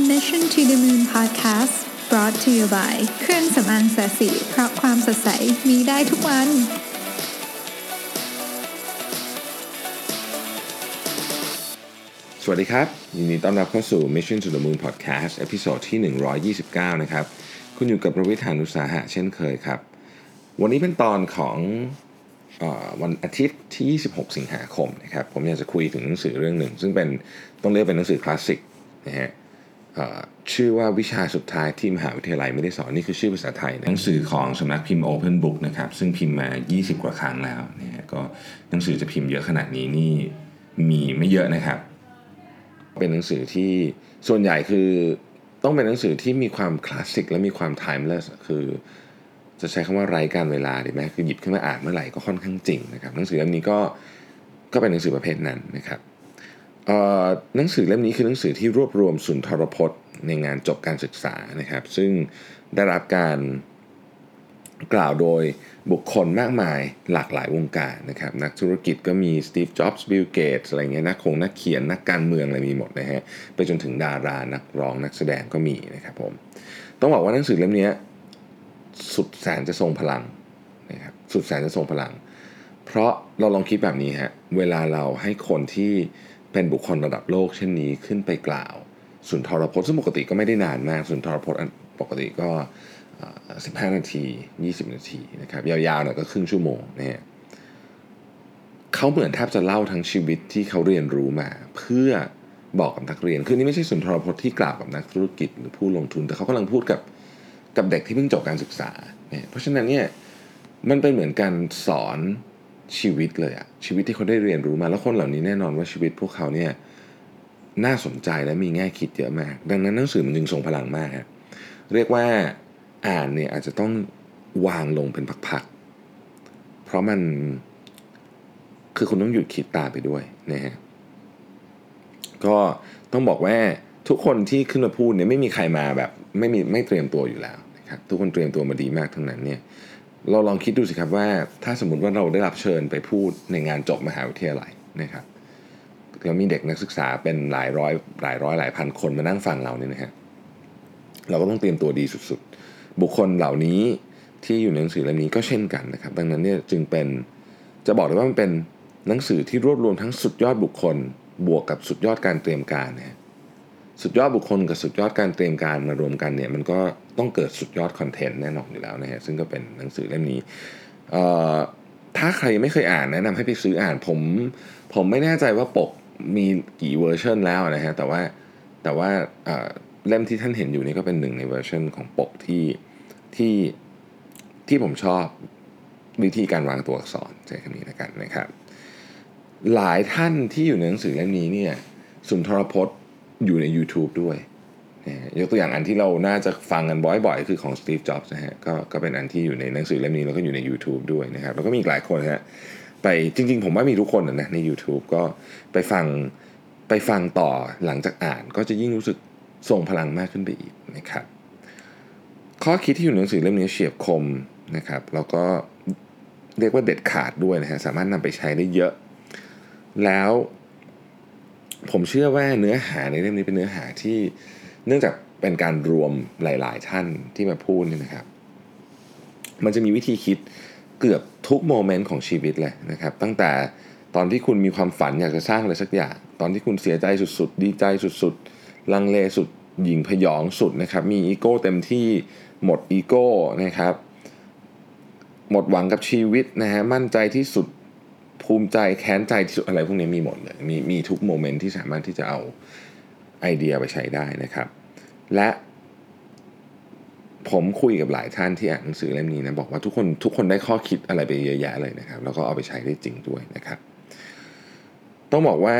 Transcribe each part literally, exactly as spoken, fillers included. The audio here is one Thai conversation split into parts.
Mission to the Moon Podcast brought to you by เครื่องสำอางแสสีเพราะความสดใสมีได้ทุกวันสวัสดีครับยินดีต้อนรับเข้าสู่ Mission to the Moon Podcast ตอนที่หนึ่งร้อยยี่สิบเก้านะครับคุณอยู่กับประวิทย์ หาญอุตสาหะเช่นเคยครับวันนี้เป็นตอนของเอ่อวันอาทิตย์ที่ยี่สิบหกสิงหาคมนะครับผมอยากจะคุยถึงหนังสือเรื่องหนึ่งซึ่งเป็นต้องเรียกเป็นหนังสือคลาสสิกนะฮะชื่อว่าวิชาสุดท้ายที่มหาวิทยาลัยไม่ได้สอนนี่คือชื่อภาษาไทยหนังสือของสำนักพิมพ์ Open Book นะครับซึ่งพิมพ์มายี่สิบกว่าครั้งแล้วนะฮะก็หนังสือจะพิมพ์เยอะขนาดนี้นี่มีไม่เยอะนะครับเป็นหนังสือที่ส่วนใหญ่คือต้องเป็นหนังสือที่มีความคลาสสิกและมีความ timeless คือจะใช้คำว่าไร้การเวลาดีไหมคือหยิบขึ้นมาอ่านเมื่อไหร่ก็ค่อนข้างจริงนะครับหนังสือเล่มนี้ก็ก็เป็นหนังสือประเภทนั้นนะครับเอ่อหนังสือเล่มนี้คือหนังสือที่รวบรวมสุนทรพจน์ในงานจบการศึกษานะครับซึ่งได้รับการกล่าวโดยบุคคลมากมายหลากหลายวงการนะครับนักธุรกิจก็มีสตีฟจ็อบส์บิลเกตส์อะไรเงี้ยนักคงนักเขียนนักการเมืองอะไรมีหมดนะฮะไปจนถึงดารานักร้องนักแสดงก็มีนะครับผมต้องบอกว่าหนังสือเล่มนี้สุดแสนจะทรงพลังนะครับสุดแสนจะทรงพลังเพราะเราลองคิดแบบนี้ฮะเวลาเราให้คนที่เป็นบุคคลระดับโลกเช่นนี้ขึ้นไปกล่าวสุนทรพจน์ซึ่งปกติก็ไม่ได้นานมากสุนทรพจน์ปกติก็สิบห้านาทียี่สิบนาทีนะครับยาวๆหน่อยก็ครึ่งชั่วโมงนะฮะเขาเหมือนแทบจะเล่าทั้งชีวิตที่เขาเรียนรู้มาเพื่อบอกกับนักเรียนคือนี่ไม่ใช่สุนทรพจน์ที่กล่าวกับนักธุรกิจหรือผู้ลงทุนแต่เขากำลังพูดกับกับเด็กที่เพิ่งจบการศึกษาเนี่ยเพราะฉะนั้นเนี่ยมันเป็นเหมือนการสอนชีวิตเลยอะชีวิตที่เขาได้เรียนรู้มาแล้วคนเหล่านี้แน่นอนว่าชีวิตพวกเขาเนี่ยน่าสนใจและมีแง่คิดเยอะมากดังนั้นหนังสือมันจึงทรงพลังมากเรียกว่าอ่านเนี่ยอาจจะต้องวางลงเป็นพักๆเพราะมันคือคุณต้องหยุดคิดตามไปด้วยนะฮะก็ต้องบอกว่าทุกคนที่ขึ้นมาพูดเนี่ยไม่มีใครมาแบบไม่มีไม่เตรียมตัวอยู่แล้วนะครับทุกคนเตรียมตัวมาดีมากทั้งนั้นเนี่ยเราลองคิดดูสิครับว่าถ้าสมมุติว่าเราได้รับเชิญไปพูดในงานจบมหาวิทยาลัยนะครับแล้วมีเด็กนักศึกษาเป็นหลายร้อยหลายร้อยหลายพันคนมานั่งฟังเราเนี่ยนะฮะเราก็ต้องเตรียมตัวดีสุดๆบุคคลเหล่านี้ที่อยู่ในหนังสือเล่มนี้ก็เช่นกันนะครับดังนั้นเนี่ยจึงเป็นจะบอกเลยว่ามันเป็นหนังสือที่รวบรวมทั้งสุดยอดบุคคลบวกกับสุดยอดการเตรียมการนะสุดยอดบุคคลกับสุดยอดการเตรียมการมารวมกันเนี่ยมันก็ต้องเกิดสุดยอดคอนเทนต์แน่นอนอยู่แล้วนะฮะซึ่งก็เป็นหนังสือเล่มนี้เอ่อถ้าใครไม่เคยอ่านแนะนำให้ไปซื้ออ่านผมผมไม่แน่ใจว่าปกมีกี่เวอร์ชันแล้วนะฮะแต่ว่าแต่ว่าเอ่อเล่มที่ท่านเห็นอยู่นี่ก็เป็นหนึ่งในเวอร์ชันของปกที่ที่ที่ผมชอบวิธีการวางตัวอักษรใช้คำนี้แล้วกันนะครับหลายท่านที่อยู่ในหนังสือเล่มนี้เนี่ยสุนทรพจน์อยู่ใน YouTube ด้วยยกตัวอย่างอันที่เราน่าจะฟังกันบ่อยๆคือของสตีฟจ็อบส์นะฮะก็ก็เป็นอันที่อยู่ในหนังสือเล่มนี้แล้วก็อยู่ใน YouTube ด้วยนะครับแล้วก็มีอีกหลายคนฮะไปจริงๆผมว่ามีทุกคนนะใน YouTube ก็ไปฟังไปฟังต่อหลังจากอ่านก็จะยิ่งรู้สึกทรงพลังมากขึ้นไปอีกนะครับข้อคิดที่อยู่ในหนังสือเล่มนี้เฉียบคมนะครับแล้วก็เรียกว่าเด็ดขาดด้วยนะฮะสามารถนำไปใช้ได้เยอะแล้วผมเชื่อว่าเนื้อหาในเล่มนี้เป็นเนื้อหาที่เนื่องจากเป็นการรวมหลายๆท่านที่มาพูดนี่นะครับมันจะมีวิธีคิดเกือบทุกโมเมนต์ของชีวิตเลยนะครับตั้งแต่ตอนที่คุณมีความฝันอยากจะสร้างอะไรสักอย่างตอนที่คุณเสียใจสุดๆดีใจสุดๆลังเลสุดหยิ่งพยองสุดนะครับมีอีโก้เต็มที่หมดอีโก้นะครับหมดหวังกับชีวิตนะฮะมั่นใจที่สุดภูมิใจแค้นใจที่สุดอะไรพวกนี้มีหมดเลยมีมีทุกโมเมนต์ที่สามารถที่จะเอาไอเดียไปใช้ได้นะครับและผมคุยกับหลายท่านที่อ่านหนังสือเล่มนี้นะบอกว่าทุกคนทุกคนได้ข้อคิดอะไรไปเยอะแยะเลยนะครับแล้วก็เอาไปใช้ได้จริงด้วยนะครับต้องบอกว่า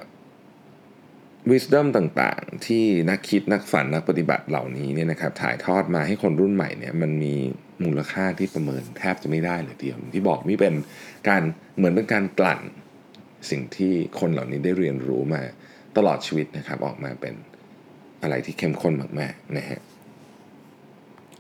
wisdom ต่างๆที่นักคิดนักฝันนักปฏิบัติเหล่านี้เนี่ยนะครับถ่ายทอดมาให้คนรุ่นใหม่เนี่ยมันมีมูลค่าที่ประเมินแทบจะไม่ได้เลยทีเดียวที่บอกนี่เป็นการเหมือนเป็นการกลั่นสิ่งที่คนเหล่านี้ได้เรียนรู้มาตลอดชีวิตนะครับออกมาเป็นอะไรที่เข้มข้นมากๆนะฮะ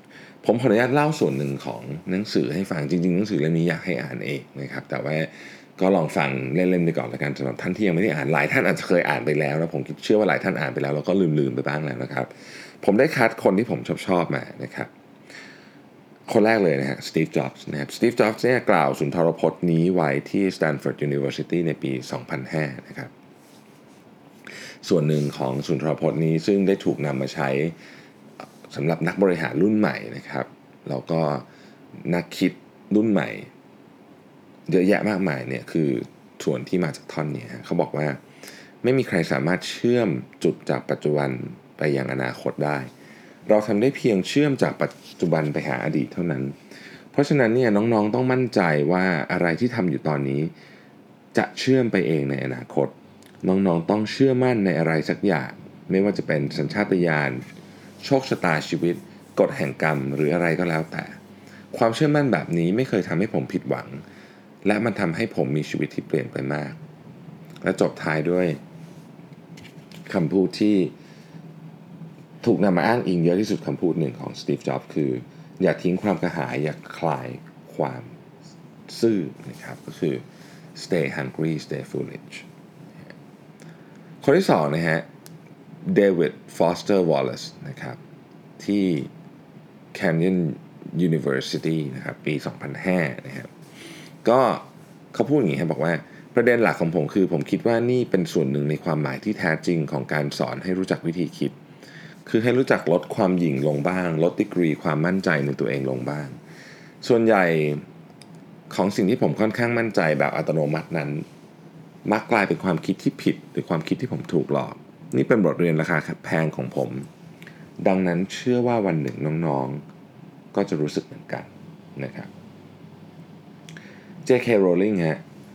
ผมขออนุญาตเล่าส่วนหนึ่งของหนังสือให้ฟังจริงๆหนังสือเล่มนี้อยากให้อ่านเองนะครับแต่ว่าก็ลองฟังเล่นๆไปก่อนแล้วกันสำหรับท่านที่ยังไม่ได้อ่านหลายท่านอาจจะเคยอ่านไปแล้วแล้วผมเชื่อว่าหลายท่านอ่านไปแล้วแล้วก็ลืมๆไปบ้างแล้วนะครับผมได้คัดคนที่ผมชอบๆมานะครับคนแรกเลยนะฮะสตีฟจ็อบส์นะครับสตีฟจ็อบส์เนี่ยกล่าวสุนทรพจน์นี้ไว้ที่ Stanford University ในปี สองพันห้า นะครับส่วนหนึ่งของสุนทรพจน์นี้ซึ่งได้ถูกนำมาใช้สำหรับนักบริหารรุ่นใหม่นะครับแล้วก็นักคิดรุ่นใหม่เยอะแยะมากมายเนี่ยคือส่วนที่มาจากท่อนนี้เขาบอกว่าไม่มีใครสามารถเชื่อมจุดจากปัจจุบันไปยังอนาคตได้เราทำได้เพียงเชื่อมจากปัจจุบันไปหาอดีตเท่านั้นเพราะฉะนั้นเนี่ยน้องๆต้องมั่นใจว่าอะไรที่ทำอยู่ตอนนี้จะเชื่อมไปเองในอนาคตน้องๆต้องเชื่อมั่นในอะไรสักอย่างไม่ว่าจะเป็นสัญชาตญาณโชคชะตาชีวิตกฎแห่งกรรมหรืออะไรก็แล้วแต่ความเชื่อมั่นแบบนี้ไม่เคยทำให้ผมผิดหวังและมันทำให้ผมมีชีวิตที่เปลี่ยนไปมากและจบท้ายด้วยคำพูดที่ถูกนำมาอ้างอิงเยอะที่สุดคำพูดหนึ่งของสตีฟ จ็อบส์คืออย่าทิ้งความกระหายอย่าคลายความซื่อนะครับก็คือ stay hungry stay foolish คนที่สองนะฮะเดวิดฟอสเตอร์วอลเลซนะครับที่ Canyon University นะครับปี สองพันห้า นะครับก็เขาพูดอย่างนี้ครับบอกว่าประเด็นหลักของผมคือผมคิดว่านี่เป็นส่วนหนึ่งในความหมายที่แท้จริงของการสอนให้รู้จักวิธีคิดคือให้รู้จักลดความหยิ่งลงบ้างลดดีกรีความมั่นใจในตัวเองลงบ้างส่วนใหญ่ของสิ่งที่ผมค่อนข้างมั่นใจแบบอัตโนมัตินั้นมักกลายเป็นความคิดที่ผิดหรือความคิดที่ผมถูกหลอกนี่เป็นบทเรียนราคาแพงของผมดังนั้นเชื่อว่าวันหนึ่งน้องๆก็จะรู้สึกเหมือนกันนะครับ เจ เค Rowling ฮะ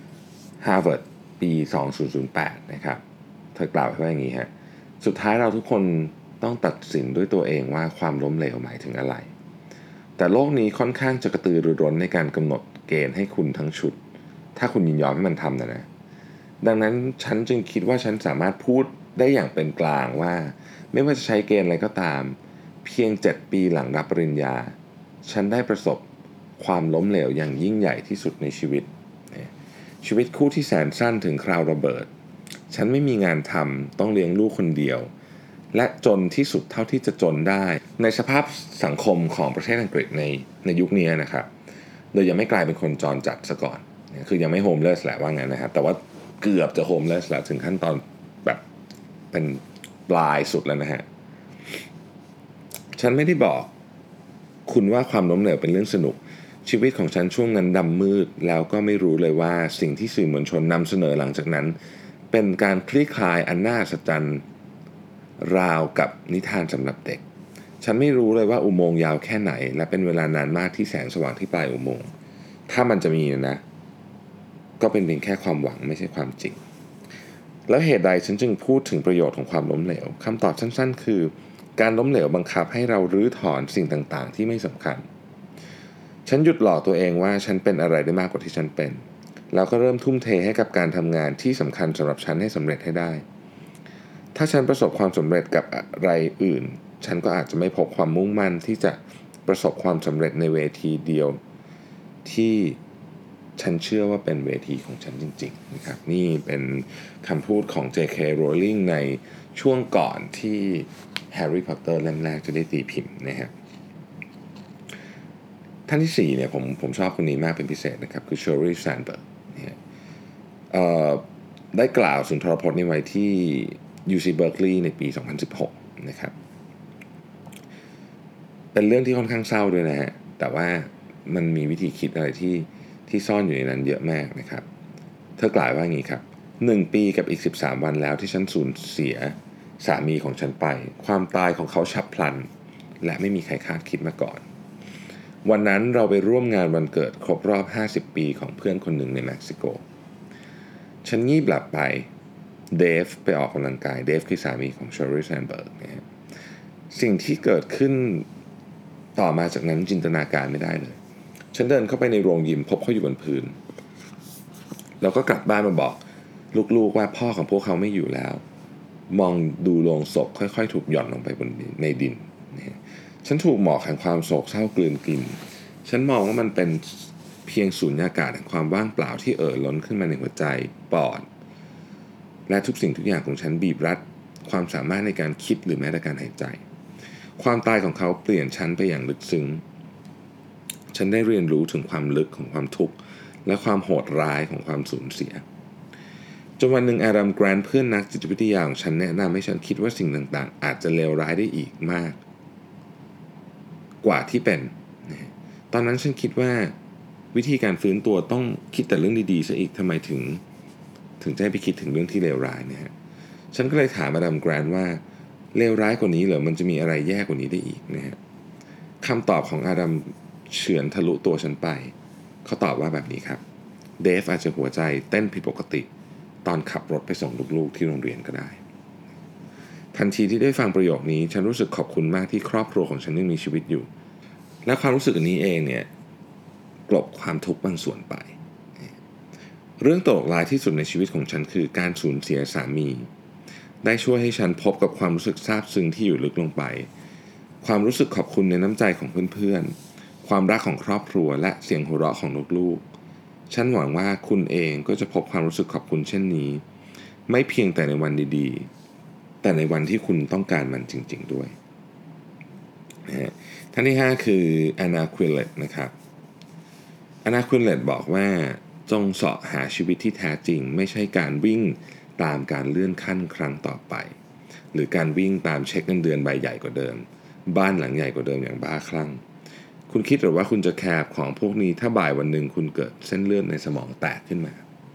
Harvard ปี สองพันแปดนะครับเธอกล่าวไว้ว่าอย่างนี้ฮะสุดท้ายเราทุกคนต้องตัดสินด้วยตัวเองว่าความล้มเหลวหมายถึงอะไรแต่โลกนี้ค่อนข้างจะกระตือรือร้นในการกำหนดเกณฑ์ให้คุณทั้งชุดถ้าคุณยินยอมให้มันทำนะนะดังนั้นฉันจึงคิดว่าฉันสามารถพูดได้อย่างเป็นกลางว่าไม่ว่าจะใช้เกณฑ์อะไรก็ตามเพียงเจ็ดปีหลังรับปริญญาฉันได้ประสบความล้มเหลวอย่างยิ่งใหญ่ที่สุดในชีวิตชีวิตคู่ที่แสนสั้นถึงคราวระเบิดฉันไม่มีงานทำต้องเลี้ยงลูกคนเดียวและจนที่สุดเท่าที่จะจนได้ในสภาพสังคมของประเทศอังกฤษในในยุคนี้นะครับโดยยังไม่กลายเป็นคนจรจัดซะก่อนคือยังไม่โฮมเลสแหละว่างั้นนะครับแต่ว่าเกือบจะโฮมเลสแล้วถึงขั้นตอนแบบเป็นปลายสุดแล้วนะฮะฉันไม่ได้บอกคุณว่าความล้มเหลวเป็นเรื่องสนุกชีวิตของฉันช่วงนั้นดำมืดแล้วก็ไม่รู้เลยว่าสิ่งที่สื่อมวลชนนำเสนอหลังจากนั้นเป็นการคลี่คลายอันน่าอัศจรรย์ราวกับนิทานสำหรับเด็กฉันไม่รู้เลยว่าอุโมงค์ยาวแค่ไหนและเป็นเวลานานมากที่แสงสว่างที่ปลายอุโมงค์ถ้ามันจะมีนะก็เป็นเพียงแค่ความหวังไม่ใช่ความจริงแล้วเหตุใดฉันจึงพูดถึงประโยชน์ของความล้มเหลวคำตอบสั้นๆคือการล้มเหลวบังคับให้เรารื้อถอนสิ่งต่างๆที่ไม่สำคัญฉันหยุดหลอกตัวเองว่าฉันเป็นอะไรได้มากกว่าที่ฉันเป็นแล้วก็เริ่มทุ่มเทให้กับการทำงานที่สำคัญสำหรับฉันให้สำเร็จให้ได้ถ้าฉันประสบความสำเร็จกับอะไรอื่นฉันก็อาจจะไม่พบความมุ่งมั่นที่จะประสบความสำเร็จในเวทีเดียวที่ฉันเชื่อว่าเป็นเวทีของฉันจริงๆนะครับนี่เป็นคำพูดของ เจ เค Rowling ในช่วงก่อนที่แฮร์รี่พอตเตอร์เล่มแรกจะได้ตีพิมพ์นะครับท่านที่สี่เนี่ยผมผมชอบคนนี้มากเป็นพิเศษนะครับคือเชอร์รี่ แซนเบิร์กเนี่ยได้กล่าวสุนทรพจน์นี้ไว้ที่ ยู ซี Berkeley ในปี สองพันสิบหกนะครับเป็นเรื่องที่ค่อนข้างเศร้าด้วยนะฮะแต่ว่ามันมีวิธีคิดอะไรที่ที่ซ่อนอยู่ในนั้นเยอะมากนะครับเธอกล่าวว่าอย่างนี้ครับหนึ่งปีกับอีกสิบสามวันแล้วที่ฉันสูญเสียสามีของฉันไปความตายของเขาฉับพลันและไม่มีใครคาดคิดมาก่อนวันนั้นเราไปร่วมงานวันเกิดครบรอบห้าสิบปีของเพื่อนคนหนึ่งในเม็กซิโกฉันงีบหลับไปเดฟไปออกกำลังกายเดฟคือสามีของเชอร์รี่ แซนเบิร์กนะฮะสิ่งที่เกิดขึ้นต่อมาจากนั้นจินตนาการไม่ได้เลยฉันเดินเข้าไปในโรงยิมพบเขาอยู่บนพื้นแล้วก็กลับบ้านมาบอกลูกๆว่าพ่อของพวกเขาไม่อยู่แล้วมองดูโลงศพค่อยๆถูกหย่อนลงไปบนในดินนะฉันถูกหมอกแห่งความโศกเศร้ากลืนกินฉันมองว่ามันเป็นเพียงสูญญากาศแห่งความว่างเปล่าที่เอ่อล้นขึ้นมาในหัวใจปอดและทุกสิ่งทุกอย่างของฉันบีบรัดความสามารถในการคิดหรือแม้แต่การหายใจความตายของเขาเปลี่ยนฉันไปอย่างลึกซึ้งฉันได้เรียนรู้ถึงความลึกของความทุกข์และความโหดร้ายของความสูญเสียจนวันหนึ่งอาดัม แกรนท์เพื่อนนักจิตวิทยาของฉันแนะนำให้ฉันคิดว่าสิ่งต่างๆอาจจะเลวร้ายได้อีกมากกว่าที่เป็นตอนนั้นฉันคิดว่าวิธีการฟื้นตัวต้องคิดแต่เรื่องดีๆซะอีกทำไมถึงถึงจะให้ไปคิดถึงเรื่องที่เลวร้ายนะฮะฉันก็เลยถามอาดัม แกรนท์ว่าเลวร้ายกว่านี้เหรอมันจะมีอะไรแย่กว่านี้ได้อีกนะฮะคำตอบของอาดัมเฉือนทะลุตัวฉันไปเขาตอบว่าแบบนี้ครับเดฟอาจจะหัวใจเต้นผิดปกติตอนขับรถไปส่งลูกๆที่โรงเรียนก็ได้ทันทีที่ได้ฟังประโยคนี้ฉันรู้สึกขอบคุณมากที่ครอบครัวของฉันยังมีชีวิตอยู่และความรู้สึกอันนี้เองเนี่ยกลบความทุกข์บางส่วนไปเรื่องตลกร้ายที่สุดในชีวิตของฉันคือการสูญเสียสามีได้ช่วยให้ฉันพบกับความรู้สึกซาบซึ้งที่อยู่ลึกลงไปความรู้สึกขอบคุณในน้ำใจของเพื่อนๆความรักของครอบครัวและเสียงหัวเราะของลูกๆฉันหวังว่าคุณเองก็จะพบความรู้สึกขอบคุณเช่นนี้ไม่เพียงแต่ในวันดีๆแต่ในวันที่คุณต้องการมันจริงๆด้วยท่านที่ห้าคือแอนนา ควิลเลตนะครับแอนนา ควิลเลตบอกว่าจงเสาะหาชีวิตที่แท้จริงไม่ใช่การวิ่งตามการเลื่อนขั้นครั้งต่อไปหรือการวิ่งตามเช็คเงินเดือนใบใหญ่กว่าเดิมบ้านหลังใหญ่กว่าเดิมอย่างบ้าคลั่งคุณคิดหรือว่าคุณจะแคร์ของพวกนี้ถ้าบ่ายวันหนึ่งคุณเกิดเส้นเลือดในสมองแตกขึ้นมา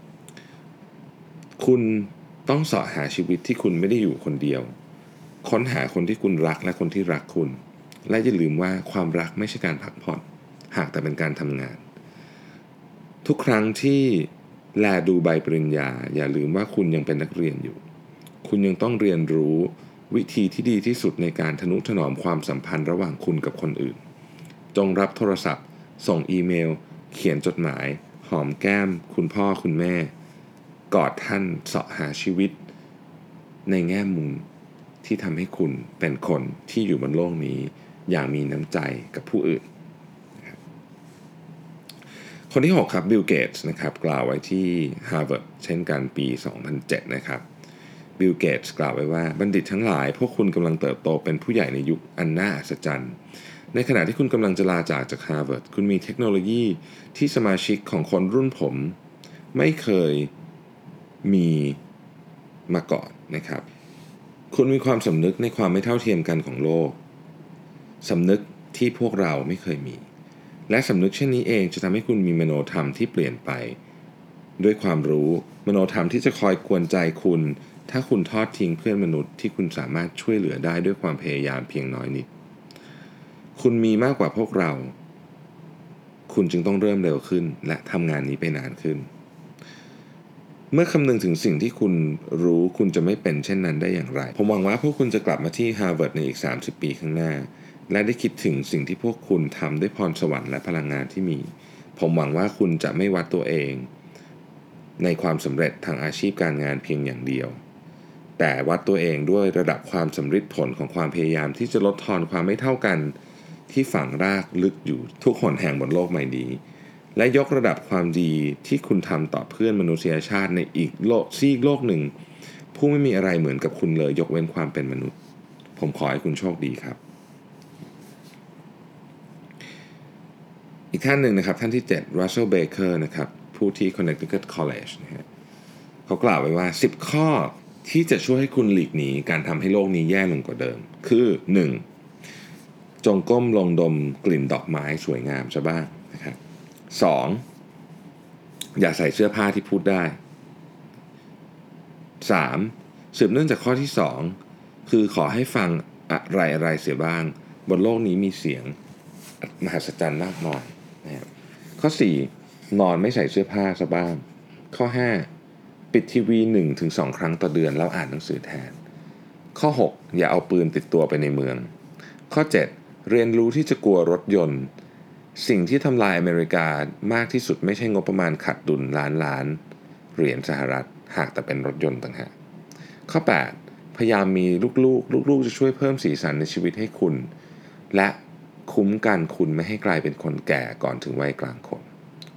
คุณต้องเสาะหาชีวิตที่คุณไม่ได้อยู่คนเดียวค้นหาคนที่คุณรักและคนที่รักคุณและอย่าลืมว่าความรักไม่ใช่การพักผ่อนหากแต่เป็นการทำงานทุกครั้งที่แลดูใบปริญญาอย่าลืมว่าคุณยังเป็นนักเรียนอยู่คุณยังต้องเรียนรู้วิธีที่ดีที่สุดในการทนุถนอมความสัมพันธ์ระหว่างคุณกับคนอื่นจงรับโทรศัพท์ส่งอีเมลเขียนจดหมายหอมแก้มคุณพ่อคุณแม่กอดท่านเสาะหาชีวิตในแง่มุมที่ทำให้คุณเป็นคนที่อยู่บนโลกนี้อย่างมีน้ำใจกับผู้อื่นคนที่หกครับบิล เกตส์นะครับกล่าวไว้ที่ Harvard เช่นกันปี สองพันเจ็ด นะครับบิล เกตส์กล่าวไว้ว่าบัณฑิตทั้งหลายพวกคุณกำลังเติบโตเป็นผู้ใหญ่ในยุคอันน่าอัศจรรย์ในขณะที่คุณกำลังจะลาจากจาก Harvard คุณมีเทคโนโลยีที่สมาชิกของคนรุ่นผมไม่เคยมีมาก่อนนะครับคุณมีความสำนึกในความไม่เท่าเทียมกันของโลกสำนึกที่พวกเราไม่เคยมีและสำนึกเช่นนี้เองจะทำให้คุณมีมโนธรรมที่เปลี่ยนไปด้วยความรู้มโนธรรมที่จะคอยกวนใจคุณถ้าคุณทอดทิ้งเพื่อนมนุษย์ที่คุณสามารถช่วยเหลือได้ด้วยความพยายามเพียงน้อยนิดคุณมีมากกว่าพวกเราคุณจึงต้องเริ่มเร็วขึ้นและทำงานนี้ไปนานขึ้นเมื่อคำนึงถึงสิ่งที่คุณรู้คุณจะไม่เป็นเช่นนั้นได้อย่างไรผมหวังว่าพวกคุณจะกลับมาที่ Harvard ในอีกสามสิบปีข้างหน้าและได้คิดถึงสิ่งที่พวกคุณทำด้วยพรสวรรค์และพลังงานที่มีผมหวังว่าคุณจะไม่วัดตัวเองในความสำเร็จทางอาชีพการงานเพียงอย่างเดียวแต่วัดตัวเองด้วยระดับความสำเร็จผลของความพยายามที่จะลดทอนความไม่เท่ากันที่ฝังรากลึกอยู่ทุกหนแห่งบนโลกใบนี้และยกระดับความดีที่คุณทำต่อเพื่อนมนุษยชาติในอีกโลกซีกโลกหนึ่งผู้ไม่มีอะไรเหมือนกับคุณเลยยกเว้นความเป็นมนุษย์ผมขอให้คุณโชคดีครับอีกท่านหนึ่งนะครับท่านที่เจ็ด Russell Baker นะครับผู้ที่ Connecticut College นะฮะเขากล่าวไว้ว่าสิบข้อที่จะช่วยให้คุณหลีกหนีการทำให้โลกนี้แย่ลงกว่าเดิมคือ หนึ่ง จงก้มลงดมกลิ่นดอกไม้สวยงามซะบ้างนะครับสองอย่าใส่เสื้อผ้าที่พูดได้สามสืบเนื่องจากข้อที่สองคือขอให้ฟังอะไรอะไรเสียบ้างบนโลกนี้มีเสียงมหัศจรรย์มากมายนะครับข้อสี่นอนไม่ใส่เสื้อผ้าซะบ้างข้อห้าปิดทีวี หนึ่งถึงสอง ครั้งต่อเดือนแล้วอ่านหนังสือแทนข้อหกอย่าเอาปืนติดตัวไปในเมืองข้อเจ็ดเรียนรู้ที่จะกลัวรถยนต์สิ่งที่ทำลายอเมริกามากที่สุดไม่ใช่งบประมาณขาดดุลล้านล้านเหรียญสหรัฐหากแต่เป็นรถยนต์ต่างหากข้อแปดพยายามมีลูกๆลูกๆจะช่วยเพิ่มสีสันในชีวิตให้คุณและคุ้มกันคุณไม่ให้กลายเป็นคนแก่ก่อนถึงวัยกลางคน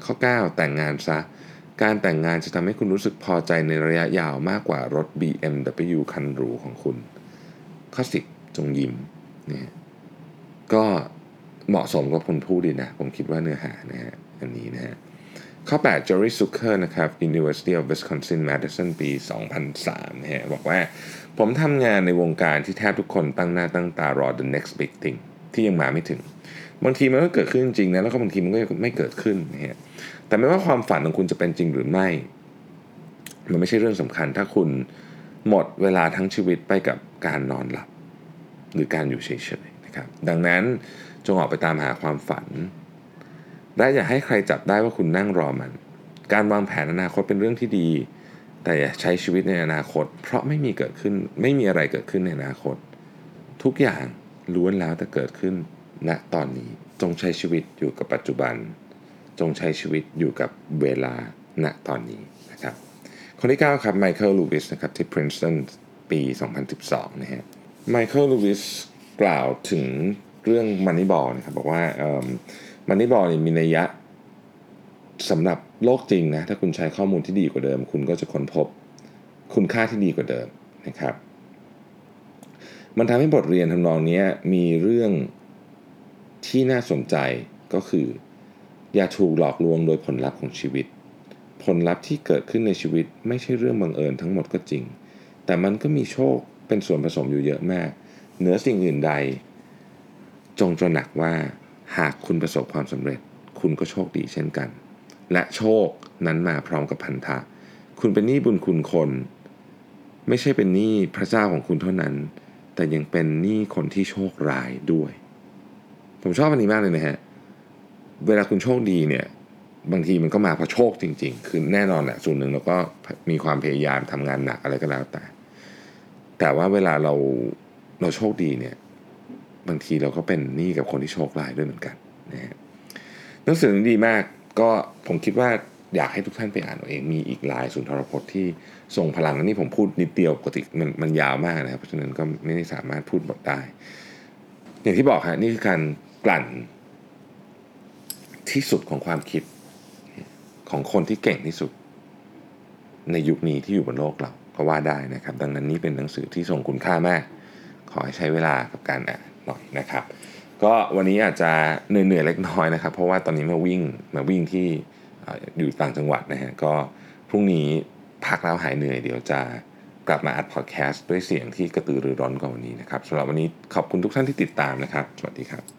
ข้อเก้าแต่งงานซะการแต่งงานจะทำให้คุณรู้สึกพอใจในระยะยาวมากกว่ารถ บี เอ็ม ดับเบิลยู คันหรูของคุณข้อสิบจงยิ้มเนี่ยก็เหมาะสมกับคนพูดดีนะผมคิดว่าเนื้อหานะฮะอันนี้นะฮะข้อแปด Jerry Zucker นะครับ University of Wisconsin-Madison ปี สองพันสามนะฮะบอกว่าผมทำงานในวงการที่แทบทุกคนตั้งหน้าตั้งตารอ the next big thing ที่ยังมาไม่ถึงบางทีมันก็เกิดขึ้นจริงนะแล้วก็บางทีมันก็ไม่เกิดขึ้นนะฮะแต่ไม่ว่าความฝันของคุณจะเป็นจริงหรือไม่มันไม่ใช่เรื่องสำคัญถ้าคุณหมดเวลาทั้งชีวิตไปกับการนอนหลับหรือการอยู่เฉยๆนะครับดังนั้นจงออกไปตามหาความฝันและอย่าให้ใครจับได้ว่าคุณนั่งรอมันการวางแผนอนาคตเป็นเรื่องที่ดีแต่อย่าใช้ชีวิตในอนาคตเพราะไม่มีเกิดขึ้นไม่มีอะไรเกิดขึ้นในอนาคตทุกอย่างล้วนแล้วแต่เกิดขึ้นณตอนนี้จงใช้ชีวิตอยู่กับปัจจุบันจงใช้ชีวิตอยู่กับเวลาณตอนนี้นะครับคนที่เก้าครับไมเคิลลูวิสนะครับที่ Princeton ปี สองพันสิบสองนะฮะไมเคิลลูวิสกล่าวถึงเรื่อง Moneyball นะครับบอกว่าเอ่อ Moneyball นี่มีนัยยะสำหรับโลกจริงนะถ้าคุณใช้ข้อมูลที่ดีกว่าเดิมคุณก็จะค้นพบคุณค่าที่ดีกว่าเดิมนะครับมันทำให้บทเรียนทำนองนี้มีเรื่องที่น่าสนใจก็คืออย่าถูกหลอกลวงโดยผลลัพธ์ของชีวิตผลลัพธ์ที่เกิดขึ้นในชีวิตไม่ใช่เรื่องบังเอิญทั้งหมดก็จริงแต่มันก็มีโชคเป็นส่วนผสมอยู่เยอะมากเหนือสิ่งอื่นใดจงตระหนักว่าหากคุณประสบความสำเร็จคุณก็โชคดีเช่นกันและโชคนั้นมาพร้อมกับพันธะคุณเป็นหนี้บุญคุณคนไม่ใช่เป็นหนี้พระเจ้าของคุณเท่านั้นแต่ยังเป็นหนี้คนที่โชคร้ายด้วยผมชอบอันนี้มากเลยนะฮะเวลาคุณโชคดีเนี่ยบางทีมันก็มาเพราะโชคจริงๆคือแน่นอนแหละส่วนหนึ่งเราก็มีความพยายามทำงานหนักอะไรก็แล้วแต่แต่ว่าเวลาเราเราโชคดีเนี่ยบางทีเราก็เป็นหนี้กับคนที่โชคร้ายด้วยเหมือนกันนะฮะหนังสือดีมากก็ผมคิดว่าอยากให้ทุกท่านไปอ่านเอาเองมีอีกหลายสุนทรพจน์ที่ทรงพลังนี่ผมพูดนิดเดียวปกติมันมันยาวมากนะครับเพราะฉะนั้นก็ไม่ได้สามารถพูดหมดได้อย่างที่บอกฮะนี่คือการกลั่นที่สุดของความคิดของคนที่เก่งที่สุดในยุคนี้ที่อยู่บนโลกเราก็ว่าได้นะครับดังนั้นนี่เป็นหนังสือที่ทรงคุณค่ามากขอให้ใช้เวลากับการอ่านหน่อยนะครับก็วันนี้อาจจะเหนื่อยๆเล็กน้อยนะครับเพราะว่าตอนนี้มาวิ่งมาวิ่งที่อยู่ต่างจังหวัดนะฮะก็พรุ่งนี้พักแล้วหายเหนื่อยเดี๋ยวจะกลับมาอัดพอดแคสต์ด้วยเสียงที่กระตือรือร้นกว่าวันนี้นะครับสำหรับวันนี้ขอบคุณทุกท่านที่ติดตามนะครับสวัสดีครับ